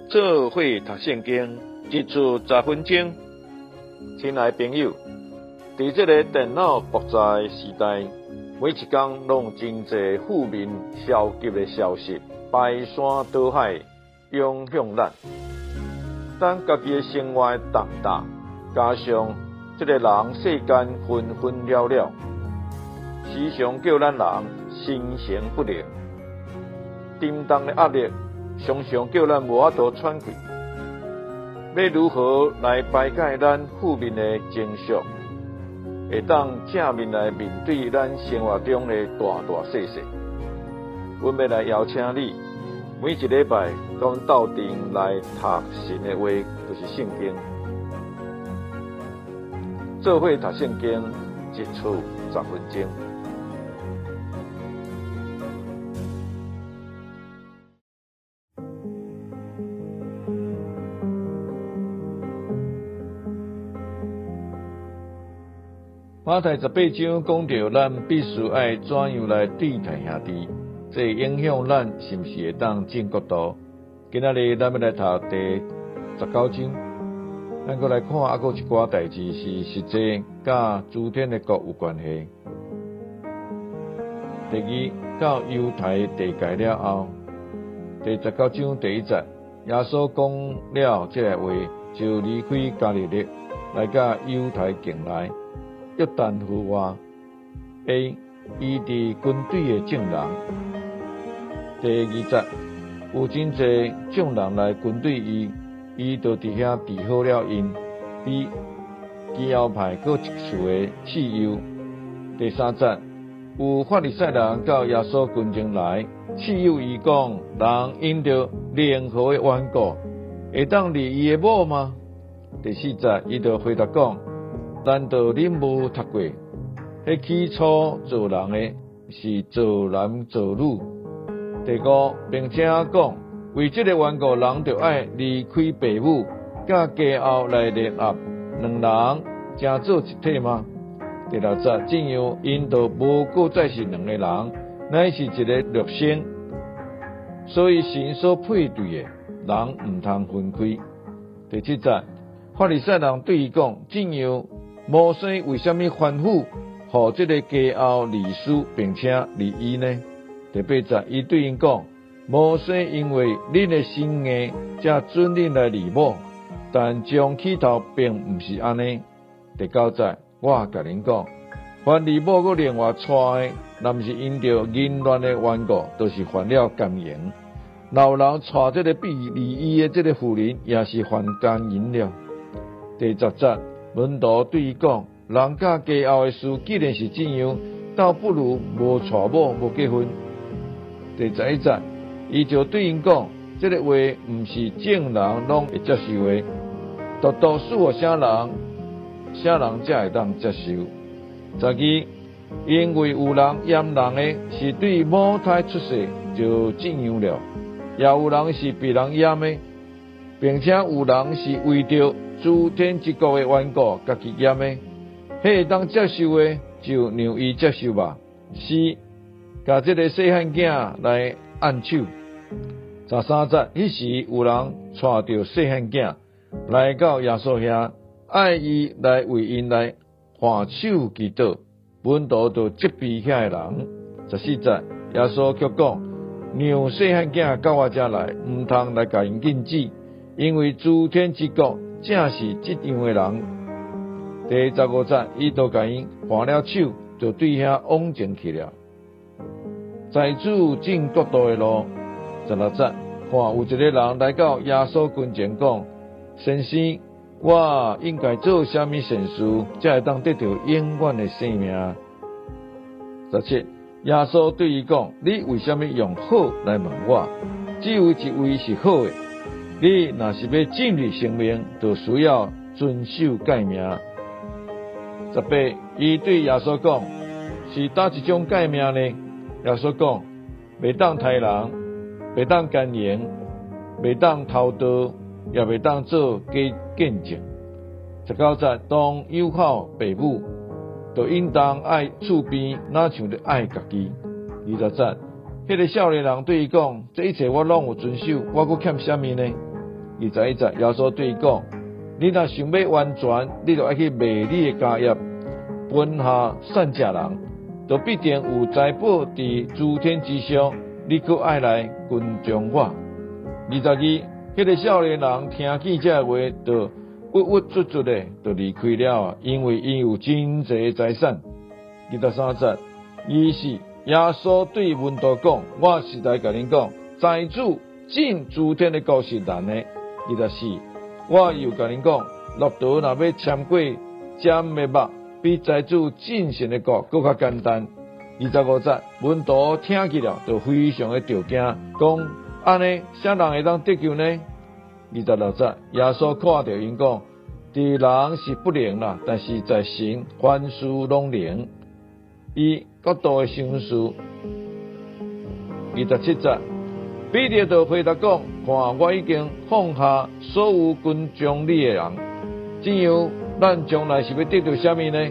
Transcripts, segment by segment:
做伙读圣经，一次10分钟。亲爱的朋友，在这个电脑复杂的时代，每一天拢真侪负面消极的消息排山倒海涌向咱。咱家己的生活重大，加上这个人世间纷纷扰扰，时常叫咱人心神不宁。沉重的压力常常叫咱无法度喘气。要如何来排解咱负面的情绪，会当正面来面对咱生活中的大大小小？阮要来邀请你，每一礼拜跟阮斗阵来读神的话，就是圣经。做伙读圣经，一次10分钟。马太18章讲到，咱必须爱怎样来对待兄弟，这影响咱是毋是会当正角度？今仔日咱要来读第19章，咱搁来看还有一寡代志是实际甲诸天的国有关系。第二，到犹太地界了后，第19章第1节，耶稣讲了这个话，就离开加利利，来到犹太境内。约旦河外，伊伫军队的正人。第2节，有真侪众人来军队伊就伫遐治好了因。B，其后派过一次的试诱。第3节，有法利赛人到耶稣跟前来试诱伊讲，人因着任何的缘故，会当离伊的某吗？第4节，伊就回答讲，难道恁无读过？迄起初做人的是做男做女。第5，并且讲，为这个缘故，人就爱离开父母，甲家后来联合，两人成做一体吗？第6节，这样因就无过再是两个人，乃是一个肉身。所以神所配对的，人唔通分开。第7节，法利赛人对伊讲，这样摩西为什么吩咐互这个家后离书，并且离异呢？第8节，伊对因讲，摩西因为恁的心硬，才准恁来离某，但将起头并唔是安尼。第9节，我甲恁讲，凡离某搁另外娶的，若毋是因着淫乱的缘故，都是犯了奸淫。老人娶这个被离异的这个妇人，也是犯奸淫了。第10节，门徒对伊讲，人甲家后的事既然是这样，倒不如无娶某无结婚。第11节，伊就对因讲，这个话毋是正人拢会接受的，独独属乎啥人才会当接受。12，因为有人阉人的是对母胎出世就这样了，也有人是被人阉的，并且有人是为着诸天之国的缘故，家己阉的，迄会当接受的，就让伊接受吧。4，甲这个细汉囝来按手。13节，迄时有人带着细汉囝来到耶稣遐，爱伊来为因来换手祈祷，门徒就责备遐个人。14节，耶稣却讲，让细汉囝到我这来，毋通来甲因禁止，因为诸天之国正是这样的人。第15节，伊就甲因换了手，就对遐往前去了。在主正国度的路。16节，看有一个人来到耶稣跟前讲，先生，我应该做什么善事，才会当得到永远的生命？17，耶稣对伊讲，你为什么用好来问我？只有一位是好的。你若是要进入生命，就需要遵守诫命。18，伊对耶稣讲，是哪一种诫命呢？耶稣讲，袂当杀人，袂当奸淫，袂当偷盗，也袂当做假见证。19节，当友好父母，就应当爱厝边，哪像着爱家己。20节，迄个少年人对伊讲，这一切我拢有遵守，我搁欠什么呢？ 21节，耶稣对伊讲：你若想要完全，你就要去卖你的家业，分下善家人，就必定有财宝伫诸天之上。你可爱来跟从我。22，迄个少年人听见这话，就郁郁卒卒的就离开了，因为伊有真济财产。23节，于是耶稣对门徒讲：我实在甲恁讲，财主进诸天的国是难的。24，我又甲恁讲，骆驼若要签过尖的目，比财主进神的国更较简单。25节，门徒听见了，就非常的着惊，讲安尼，啥人会当得救呢？26节，耶稣看到因讲，在人是不灵啦，但是在神凡事拢灵。伊国度的相似。27节，彼得就回答讲：看，我已经放下所有跟从你的人，怎样咱将来是要得到什么呢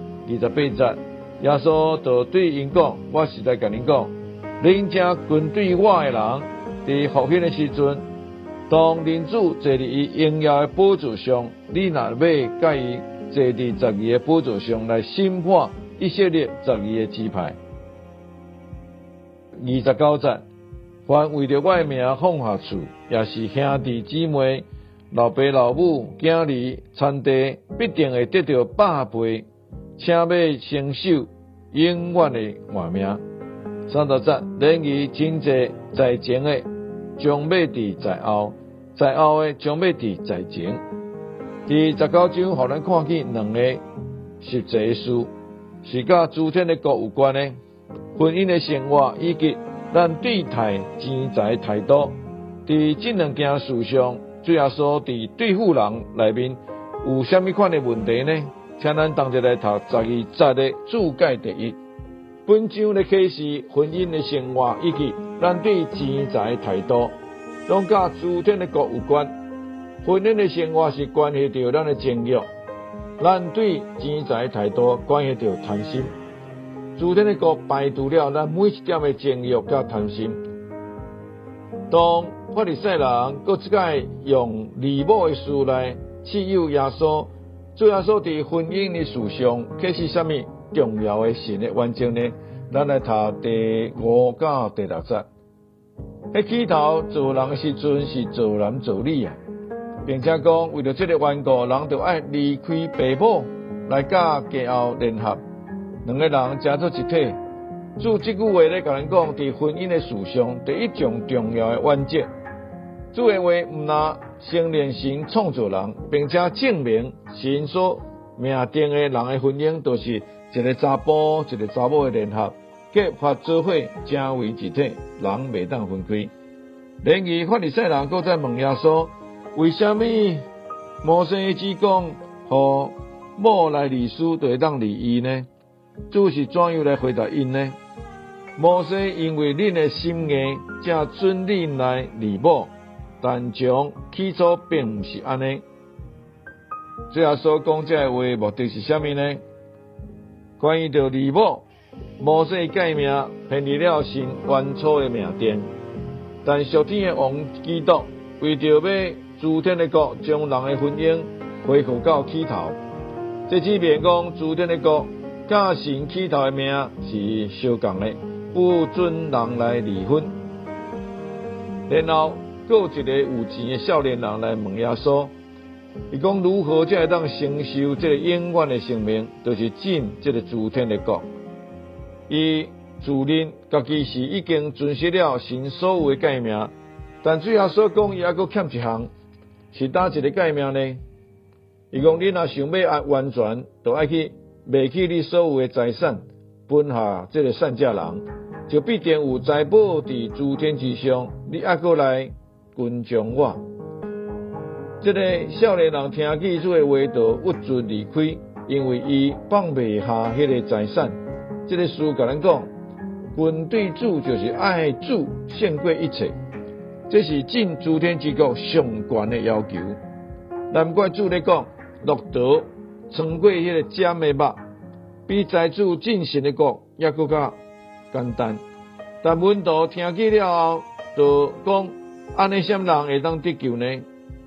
？28节，耶稣就对因讲：我实在甲恁讲，恁正跟对我的人，在复兴的时阵，当人主坐伫伊荣耀的宝座上，你若要甲伊坐伫12个宝座上来审判以色列12个支派。29节，凡为着我的名放下厝，也是兄弟姊妹、老爸老母、囝儿、田地，必定会得到百倍，请要承受永远的活命。30节，然而真济在前的，将要伫在后；在后的，将要伫在前。第19章，互咱看见两个实际的事，是甲诸天的国有关的。婚姻的生活以及咱对待钱财态度，伫这两件事上，主耶稣伫对付人内面有啥物款的问题呢？请咱同齐来读12节的注解第一。本章的启示婚姻的生活以及咱对钱财态度，拢甲诸天的国有关。婚姻的生活是关系到咱的情欲，咱对钱财态度关系到贪心。诸天的国排除了咱每一点的情欲甲贪心。当法利赛人佫即个用离母的事来刺诱耶稣，主耶稣伫婚姻的事上，启示什么重要的神的原则呢？咱来读第5到第6节。迄起头做人的时阵是做男做女啊，并且讲为了这个缘故，人就爱离开爸母来甲家后联合。两个人结做一体。主这句话咧，甲咱讲，伫婚姻的事上，第一种重要的原则。主的话毋但承认神创造人，并且证明神所命定的人的婚姻，就是一个查甫一个查某的联合，结合做伙成为一体，人袂当分开。然而法利赛人搁在问耶稣，为什么摩西只讲，互某来离世就会当离异呢？主是怎样来回答因呢？摩西因为恁的心硬，才准恁来离母，但从起初并不是安尼。主耶稣讲这话目的是什么呢？关于到离母，摩西诫命偏离了神原初的命定，但属天的王基督为着要诸天的国将人的婚姻恢复到起头，这指明讲诸天的国甲神起头的命是相共的，不准人来离婚。然后，还有一个有钱的少年人来问耶稣，伊讲如何才会当承受这个永远的生命，就是进这个诸天的国。伊自认家己是已经遵守了神所有的诫命，但主耶稣讲伊还佫欠一项，是哪一个诫命呢？伊讲你若想要完全，就爱去卖去你所有的财产，分下这个善家人，就必定有财宝伫诸天之上。你还佫来跟从我。这个少年人听见主的话，就郁卒离开，因为伊放袂下迄个财产。这个书甲咱讲，跟对主就是爱主胜过一切，这是进诸天之国上悬的要求。难怪主咧讲，骆驼穿过迄个尖的目，比财主进神的国也更加简单。但门徒听见了后，就讲：安尼啥人会当得救呢？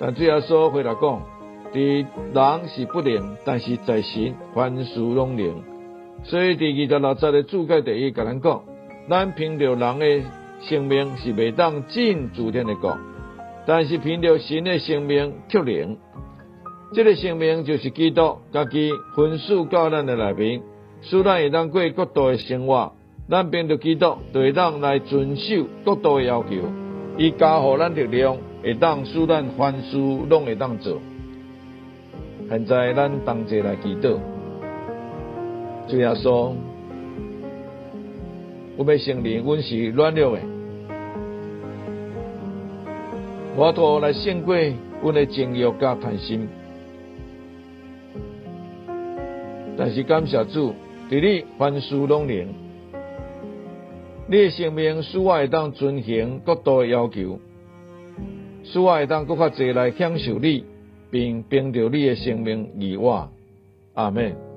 但主耶稣回答讲，伫人是不灵，但是在神凡事拢灵。所以伫26节的注解第一甲咱讲，咱凭着人的生命是袂当进主天的国，但是凭着神的生命却灵。这个生命就是基督家己分属到咱的内面，使咱会当过国度的生活。咱凭着基督就会当来遵守国度的要求，伊加予咱力量，会当使咱凡事拢会当做。现在咱同齐来祈祷，主耶稣，我要承认阮是软弱的，我托来胜过阮的情欲甲贪心。但是感谢主，伫你凡事拢灵，你的生命使我会当遵行国度的要求，使我会当更较侪来享受你，并凭着你的生命而活。阿们。